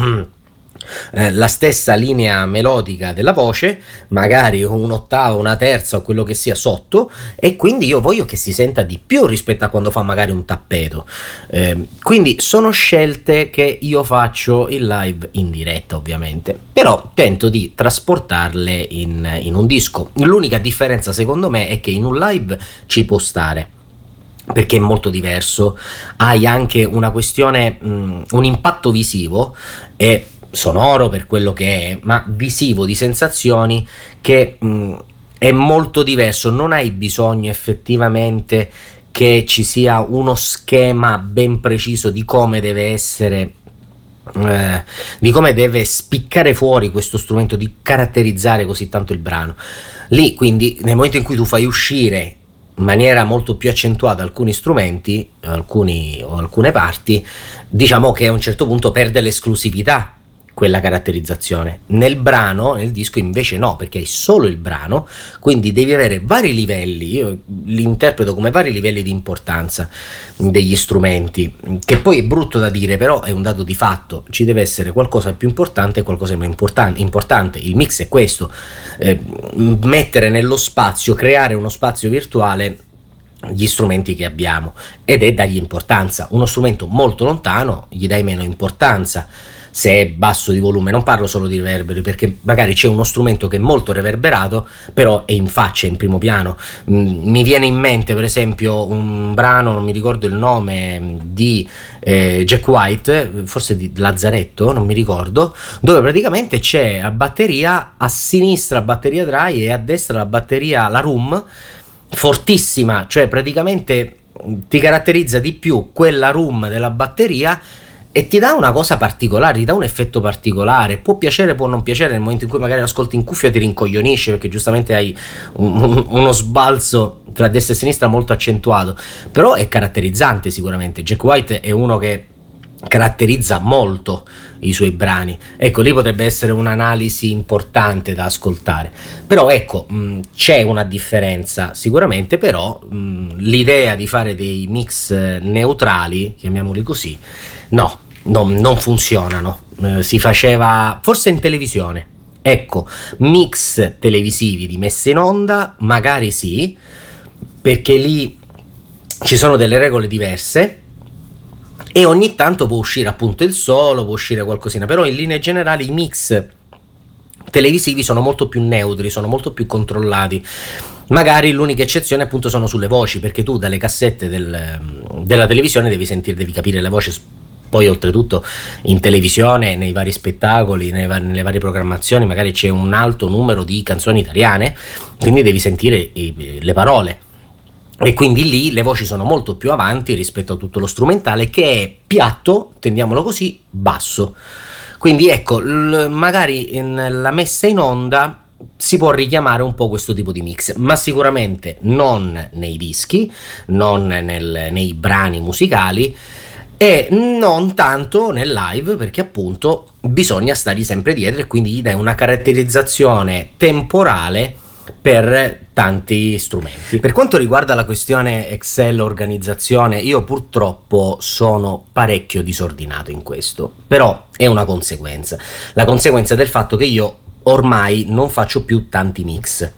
eh, la stessa linea melodica della voce, magari un'ottava, una terza o quello che sia sotto, e quindi io voglio che si senta di più rispetto a quando fa magari un tappeto. Eh, quindi sono scelte che io faccio in live in diretta, ovviamente, però tento di trasportarle in, in un disco. L'unica differenza secondo me è che in un live ci può stare, perché è molto diverso, hai anche una questione, mh, un impatto visivo e sonoro per quello che è, ma visivo, di sensazioni, che mh, è molto diverso. Non hai bisogno effettivamente che ci sia uno schema ben preciso di come deve essere, eh, di come deve spiccare fuori questo strumento, di caratterizzare così tanto il brano. Lì quindi nel momento in cui tu fai uscire in maniera molto più accentuata alcuni strumenti, alcuni o alcune parti, diciamo che a un certo punto perde l'esclusività quella caratterizzazione. Nel brano, nel disco invece no, perché è solo il brano, quindi devi avere vari livelli, io li interpreto come vari livelli di importanza degli strumenti, che poi è brutto da dire, però è un dato di fatto, ci deve essere qualcosa più importante e qualcosa meno importante. importante. Il mix è questo, eh, mettere nello spazio, creare uno spazio virtuale gli strumenti che abbiamo, ed è dargli importanza. Uno strumento molto lontano gli dai meno importanza, se è basso di volume. Non parlo solo di riverberi, perché magari c'è uno strumento che è molto reverberato però è in faccia, è in primo piano. Mm, mi viene in mente per esempio un brano, non mi ricordo il nome, di eh, Jack White, forse di Lazzaretto, non mi ricordo, dove praticamente c'è a batteria, a sinistra batteria dry e a destra la batteria, la room, fortissima, cioè praticamente ti caratterizza di più quella room della batteria e ti dà una cosa particolare, ti dà un effetto particolare. Può piacere, può non piacere, nel momento in cui magari ascolti in cuffia ti rincoglionisce, perché giustamente hai un, un, uno sbalzo tra destra e sinistra molto accentuato, però è caratterizzante sicuramente. Jack White è uno che caratterizza molto i suoi brani, ecco, lì potrebbe essere un'analisi importante da ascoltare. Però ecco, mh, c'è una differenza sicuramente, però mh, l'idea di fare dei mix neutrali, chiamiamoli così, no, non, non funzionano. Eh, si faceva forse in televisione, ecco, mix televisivi di messa in onda magari sì, perché lì ci sono delle regole diverse e ogni tanto può uscire appunto il solo, può uscire qualcosina, però in linea generale i mix televisivi sono molto più neutri, sono molto più controllati. Magari l'unica eccezione appunto sono sulle voci, perché tu dalle cassette del, della televisione devi sentire, devi capire le voci. Poi oltretutto in televisione, nei vari spettacoli, nelle, nelle varie programmazioni magari c'è un alto numero di canzoni italiane, quindi devi sentire i, le parole. E quindi lì le voci sono molto più avanti rispetto a tutto lo strumentale, che è piatto, tendiamolo così, basso. Quindi ecco, l- magari nella messa in onda si può richiamare un po' questo tipo di mix, ma sicuramente non nei dischi, non nel, nei brani musicali e non tanto nel live, perché appunto bisogna stargli sempre dietro e quindi gli dai una caratterizzazione temporale per tanti strumenti. Per quanto riguarda la questione Excel organizzazione, io purtroppo sono parecchio disordinato in questo, però è una conseguenza, la conseguenza del fatto che io ormai non faccio più tanti mix,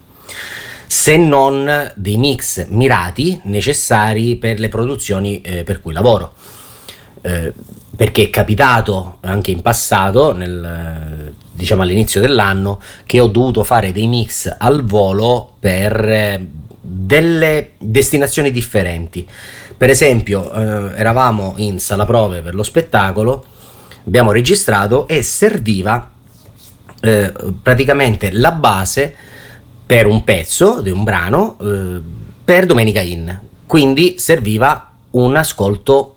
se non dei mix mirati necessari per le produzioni eh, per cui lavoro. Eh, perché è capitato anche in passato, nel, diciamo all'inizio dell'anno, che ho dovuto fare dei mix al volo per eh, delle destinazioni differenti. Per esempio eh, eravamo in sala prove per lo spettacolo, abbiamo registrato e serviva eh, praticamente la base per un pezzo di un brano eh, per Domenica In, quindi serviva un ascolto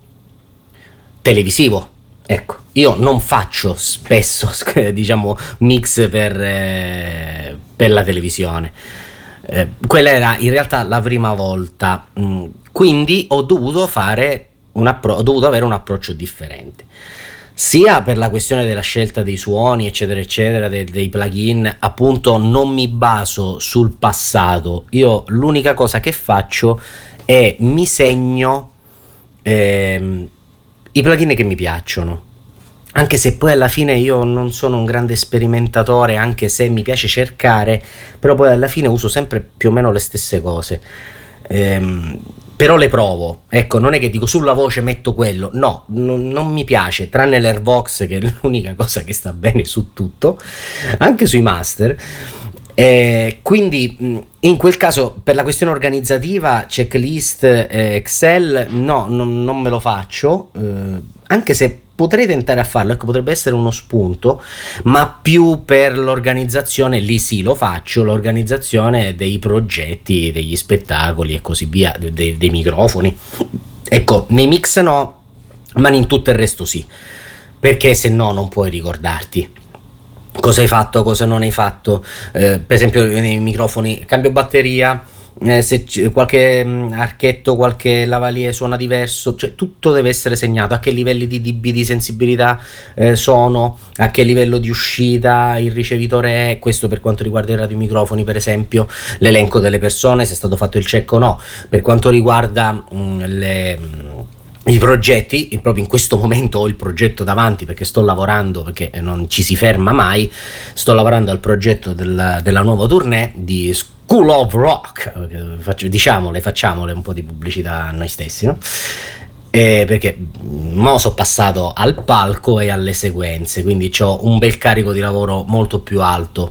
televisivo. Ecco, io non faccio spesso diciamo mix per, eh, per la televisione, eh, quella era in realtà la prima volta, mm, quindi ho dovuto fare un appro- ho dovuto avere un approccio differente, sia per la questione della scelta dei suoni eccetera eccetera, de- dei plugin. Appunto non mi baso sul passato, io l'unica cosa che faccio è mi segno ehm, i plugin che mi piacciono, anche se poi alla fine io non sono un grande sperimentatore, anche se mi piace cercare, però poi alla fine uso sempre più o meno le stesse cose, ehm, però le provo, ecco, non è che dico sulla voce metto quello, no, non, non mi piace, tranne l'Airvox che è l'unica cosa che sta bene su tutto, anche sui master. Eh, quindi in quel caso per la questione organizzativa checklist eh, Excel no, non, non me lo faccio, eh, anche se potrei tentare a farlo, ecco, potrebbe essere uno spunto, ma più per l'organizzazione, lì sì lo faccio, l'organizzazione dei progetti, degli spettacoli e così via, dei, dei microfoni, ecco, nei mix no, ma in tutto il resto sì, perché se no non puoi ricordarti cosa hai fatto, cosa non hai fatto. Eh, per esempio nei microfoni cambio batteria, eh, se c- qualche mh, archetto, qualche lavalier suona diverso, cioè tutto deve essere segnato, a che livelli di dB di sensibilità eh, sono, a che livello di uscita il ricevitore è, questo per quanto riguarda i radiomicrofoni per esempio, l'elenco delle persone, se è stato fatto il check o no, per quanto riguarda mh, le... mh, i progetti, e proprio in questo momento ho il progetto davanti perché sto lavorando, perché non ci si ferma mai, sto lavorando al progetto della, della nuova tournée di School of Rock, faccio, diciamole, facciamole un po' di pubblicità a noi stessi, no? Eh, perché mo sono passato al palco e alle sequenze, quindi ho un bel carico di lavoro molto più alto.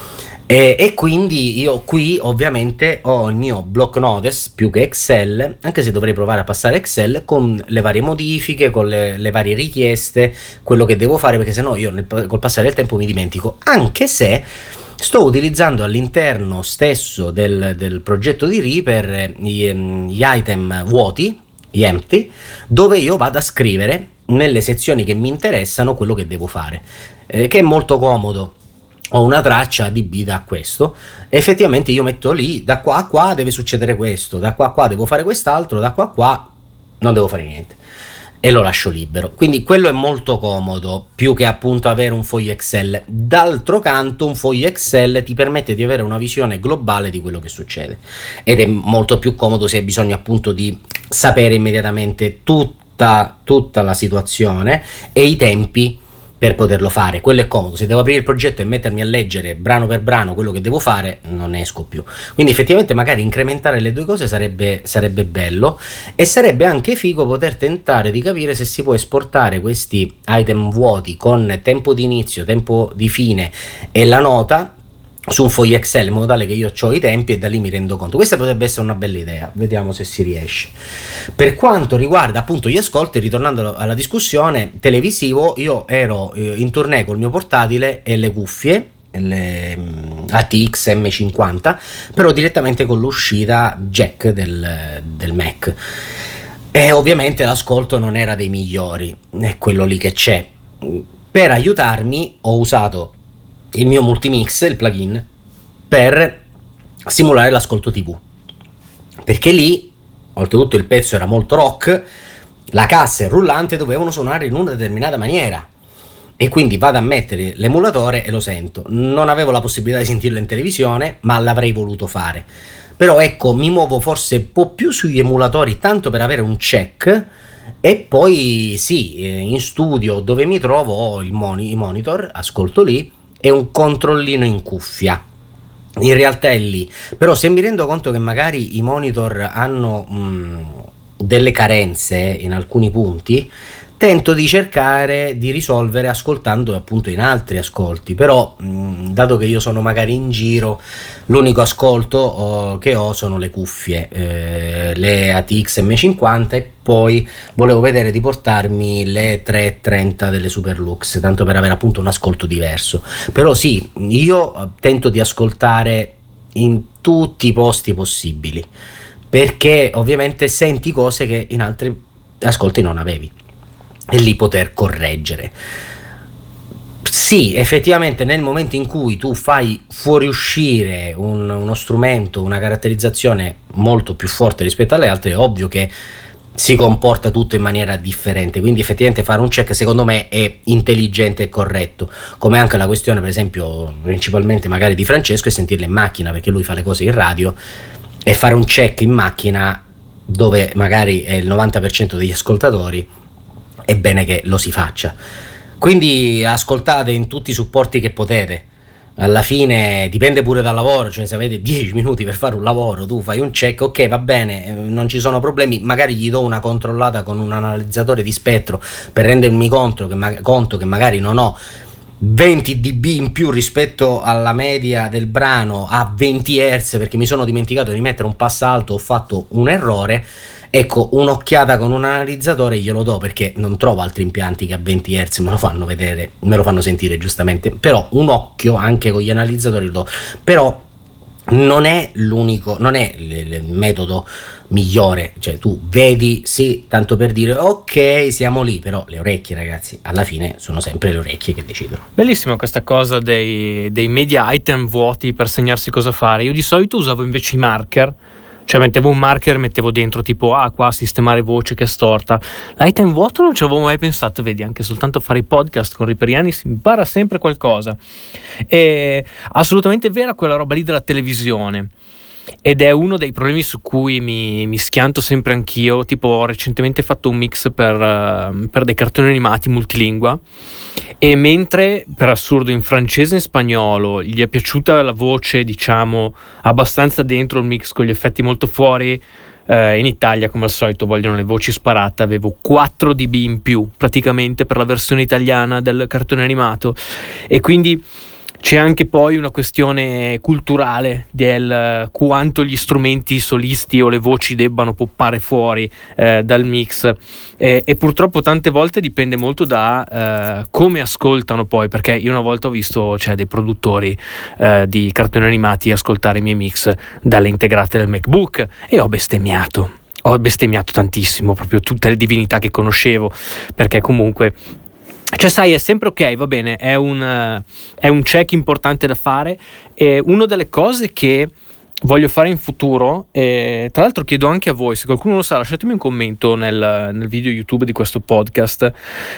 E, e quindi io qui ovviamente ho il mio block notes più che Excel, anche se dovrei provare a passare Excel con le varie modifiche, con le, le varie richieste, quello che devo fare, perché sennò io nel, col passare del tempo mi dimentico, anche se sto utilizzando all'interno stesso del, del progetto di Reaper gli, gli item vuoti, gli empty, dove io vado a scrivere nelle sezioni che mi interessano quello che devo fare, eh, che è molto comodo. Ho una traccia adibita a questo, effettivamente io metto lì, da qua a qua deve succedere questo, da qua a qua devo fare quest'altro, da qua a qua non devo fare niente e lo lascio libero, quindi quello è molto comodo più che appunto avere un foglio Excel. D'altro canto un foglio Excel ti permette di avere una visione globale di quello che succede ed è molto più comodo se hai bisogno appunto di sapere immediatamente tutta, tutta la situazione e i tempi per poterlo fare. Quello è comodo. Se devo aprire il progetto e mettermi a leggere brano per brano quello che devo fare, non ne esco più. Quindi effettivamente magari incrementare le due cose sarebbe, sarebbe bello, e sarebbe anche figo poter tentare di capire se si può esportare questi item vuoti con tempo di inizio, tempo di fine e la nota su un foglio Excel, in modo tale che io ho i tempi e da lì mi rendo conto. Questa potrebbe essere una bella idea, vediamo se si riesce. Per quanto riguarda appunto gli ascolti, ritornando alla discussione televisivo, io ero eh, in tournée col mio portatile e le cuffie, le um, A T X M cinquanta, però direttamente con l'uscita jack del, del Mac, e ovviamente l'ascolto non era dei migliori, è quello lì che c'è. Per aiutarmi ho usato il mio multimix, il plugin, per simulare l'ascolto tivù, perché lì oltretutto il pezzo era molto rock, la cassa e il rullante dovevano suonare in una determinata maniera, e quindi vado a mettere l'emulatore e lo sento. Non avevo la possibilità di sentirlo in televisione, ma l'avrei voluto fare. Però ecco, mi muovo forse un po' più sugli emulatori, tanto per avere un check. E poi sì, in studio dove mi trovo ho il moni- i monitor, ascolto lì, e un controllino in cuffia, in realtà è lì. Però se mi rendo conto che magari i monitor hanno mh, delle carenze in alcuni punti, tento di cercare di risolvere ascoltando appunto in altri ascolti. Però mh, dato che io sono magari in giro, l'unico ascolto oh, che ho sono le cuffie, eh, le A T X M cinquanta, e poi volevo vedere di portarmi le trecentotrenta delle Superlux, tanto per avere appunto un ascolto diverso. Però sì, io tento di ascoltare in tutti i posti possibili, perché ovviamente senti cose che in altri ascolti non avevi, e lì poter correggere. Sì, effettivamente nel momento in cui tu fai fuoriuscire un, uno strumento, una caratterizzazione molto più forte rispetto alle altre, è ovvio che si comporta tutto in maniera differente, quindi effettivamente fare un check secondo me è intelligente e corretto, come anche la questione per esempio principalmente magari di Francesco è sentirle in macchina, perché lui fa le cose in radio, e fare un check in macchina dove magari è il novanta per cento degli ascoltatori è bene che lo si faccia. Quindi ascoltate in tutti i supporti che potete. Alla fine dipende pure dal lavoro, cioè se avete dieci minuti per fare un lavoro, tu fai un check, ok, va bene, non ci sono problemi, magari gli do una controllata con un analizzatore di spettro per rendermi conto che, ma- conto che magari non ho venti decibel in più rispetto alla media del brano a venti hertz, perché mi sono dimenticato di mettere un passalto, ho fatto un errore. Ecco, un'occhiata con un analizzatore glielo do, perché non trovo altri impianti che a venti hertz me lo fanno vedere, me lo fanno sentire giustamente, però un occhio anche con gli analizzatori lo do. Però non è l'unico, non è il, il metodo migliore, cioè tu vedi, sì, tanto per dire ok, siamo lì, però le orecchie, ragazzi, alla fine sono sempre le orecchie che decidono. Bellissima questa cosa dei, dei media item vuoti per segnarsi cosa fare. Io di solito usavo invece i marker, cioè mettevo un marker e mettevo dentro tipo ah qua sistemare voce che è storta. L'item vuoto non ci avevo mai pensato, vedi, anche soltanto fare i podcast con Riperiani si impara sempre qualcosa. È assolutamente vera quella roba lì della televisione, ed è uno dei problemi su cui mi, mi schianto sempre anch'io. Tipo ho recentemente fatto un mix per, uh, per dei cartoni animati multilingua, e mentre per assurdo in francese e in spagnolo gli è piaciuta la voce, diciamo, abbastanza dentro il mix con gli effetti molto fuori, eh, in Italia come al solito vogliono le voci sparate. Avevo quattro decibel in più praticamente per la versione italiana del cartone animato, e quindi c'è anche poi una questione culturale del quanto gli strumenti solisti o le voci debbano poppare fuori eh, dal mix, eh, e purtroppo tante volte dipende molto da eh, come ascoltano poi, perché io una volta ho visto cioè, dei produttori eh, di cartoni animati ascoltare i miei mix dalle integrate del MacBook, e ho bestemmiato. Ho bestemmiato tantissimo proprio tutte le divinità che conoscevo, perché comunque, cioè sai, è sempre ok, va bene, è un, uh, è un check importante da fare. E una delle cose che voglio fare in futuro, e tra l'altro chiedo anche a voi, se qualcuno lo sa lasciatemi un commento nel, nel video YouTube di questo podcast,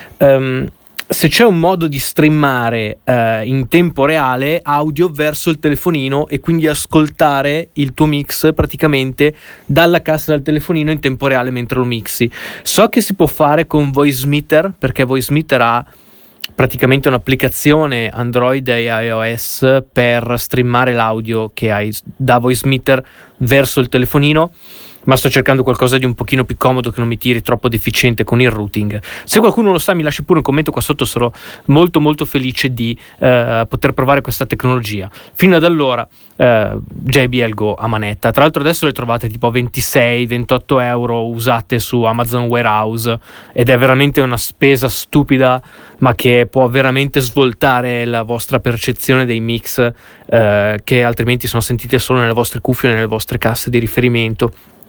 um, se c'è un modo di streamare uh, in tempo reale audio verso il telefonino, e quindi ascoltare il tuo mix praticamente dalla cassa del telefonino in tempo reale mentre lo mixi. So che si può fare con Voicemeeter, perché Voicemeeter ha praticamente un'applicazione Android e iOS per streamare l'audio che hai da Voicemeeter verso il telefonino, ma sto cercando qualcosa di un pochino più comodo che non mi tiri troppo deficiente con il routing. Se qualcuno lo sa mi lasci pure un commento qua sotto, sarò molto molto felice di eh, poter provare questa tecnologia. Fino ad allora eh, J B L Go a manetta, tra l'altro adesso le trovate tipo a ventisei ventotto euro usate su Amazon Warehouse, ed è veramente una spesa stupida ma che può veramente svoltare la vostra percezione dei mix eh, che altrimenti sono sentite solo nelle vostre cuffie o nelle vostre casse di riferimento.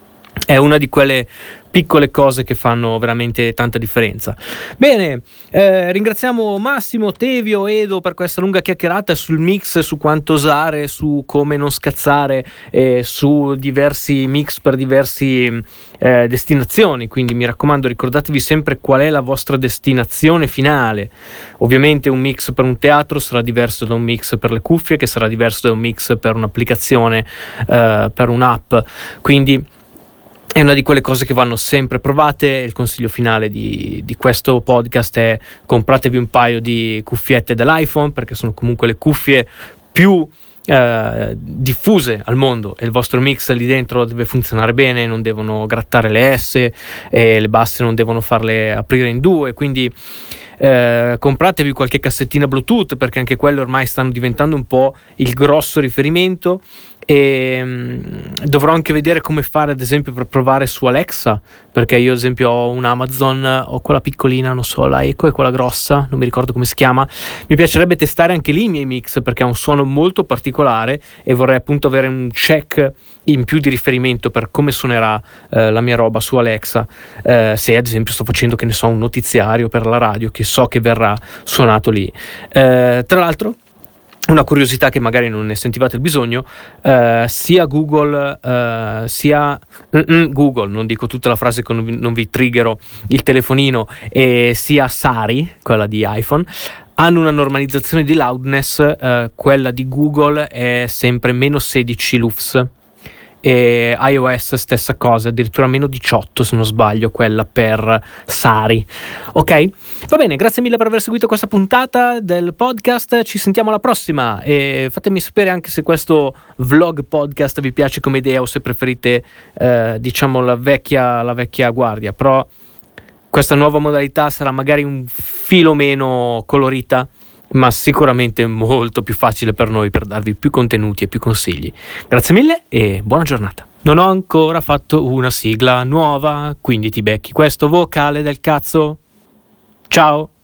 È una di quelle piccole cose che fanno veramente tanta differenza. Bene, eh, ringraziamo Massimo, Tevio, Edo per questa lunga chiacchierata sul mix, su quanto usare, su come non scazzare, eh, su diversi mix per diversi eh, destinazioni. Quindi mi raccomando, ricordatevi sempre qual è la vostra destinazione finale. Ovviamente un mix per un teatro sarà diverso da un mix per le cuffie, che sarà diverso da un mix per un'applicazione, eh, per un'app. Quindi è una di quelle cose che vanno sempre provate. Il consiglio finale di, di questo podcast è: compratevi un paio di cuffiette dell'iPhone, perché sono comunque le cuffie più eh, diffuse al mondo, e il vostro mix lì dentro deve funzionare bene, non devono grattare le S, e le basse non devono farle aprire in due. Quindi eh, compratevi qualche cassettina Bluetooth, perché anche quelle ormai stanno diventando un po' il grosso riferimento. E mh, dovrò anche vedere come fare, ad esempio, per provare su Alexa, perché io ad esempio ho un Amazon, ho quella piccolina, non so, la Echo e quella grossa, non mi ricordo come si chiama. Mi piacerebbe testare anche lì i miei mix, perché ha un suono molto particolare e vorrei appunto avere un check in più di riferimento per come suonerà eh, la mia roba su Alexa, eh, se ad esempio sto facendo, che ne so, un notiziario per la radio che so che verrà suonato lì. Eh, tra l'altro, una curiosità che magari non ne sentivate il bisogno, eh, sia Google, eh, sia Google, non dico tutta la frase che non vi, non vi triggerò il telefonino, e sia Sari, quella di iPhone, hanno una normalizzazione di loudness. Eh, quella di Google è sempre meno sedici lux, e iOS stessa cosa, addirittura meno diciotto se non sbaglio, quella per Sari. Ok, va bene, grazie mille per aver seguito questa puntata del podcast, ci sentiamo alla prossima, e fatemi sapere anche se questo vlog podcast vi piace come idea, o se preferite eh, diciamo la vecchia, la vecchia guardia. Però questa nuova modalità sarà magari un filo meno colorita, ma sicuramente molto più facile per noi, per darvi più contenuti e più consigli. Grazie mille e buona giornata. Non ho ancora fatto una sigla nuova, quindi ti becchi questo vocale del cazzo. Ciao!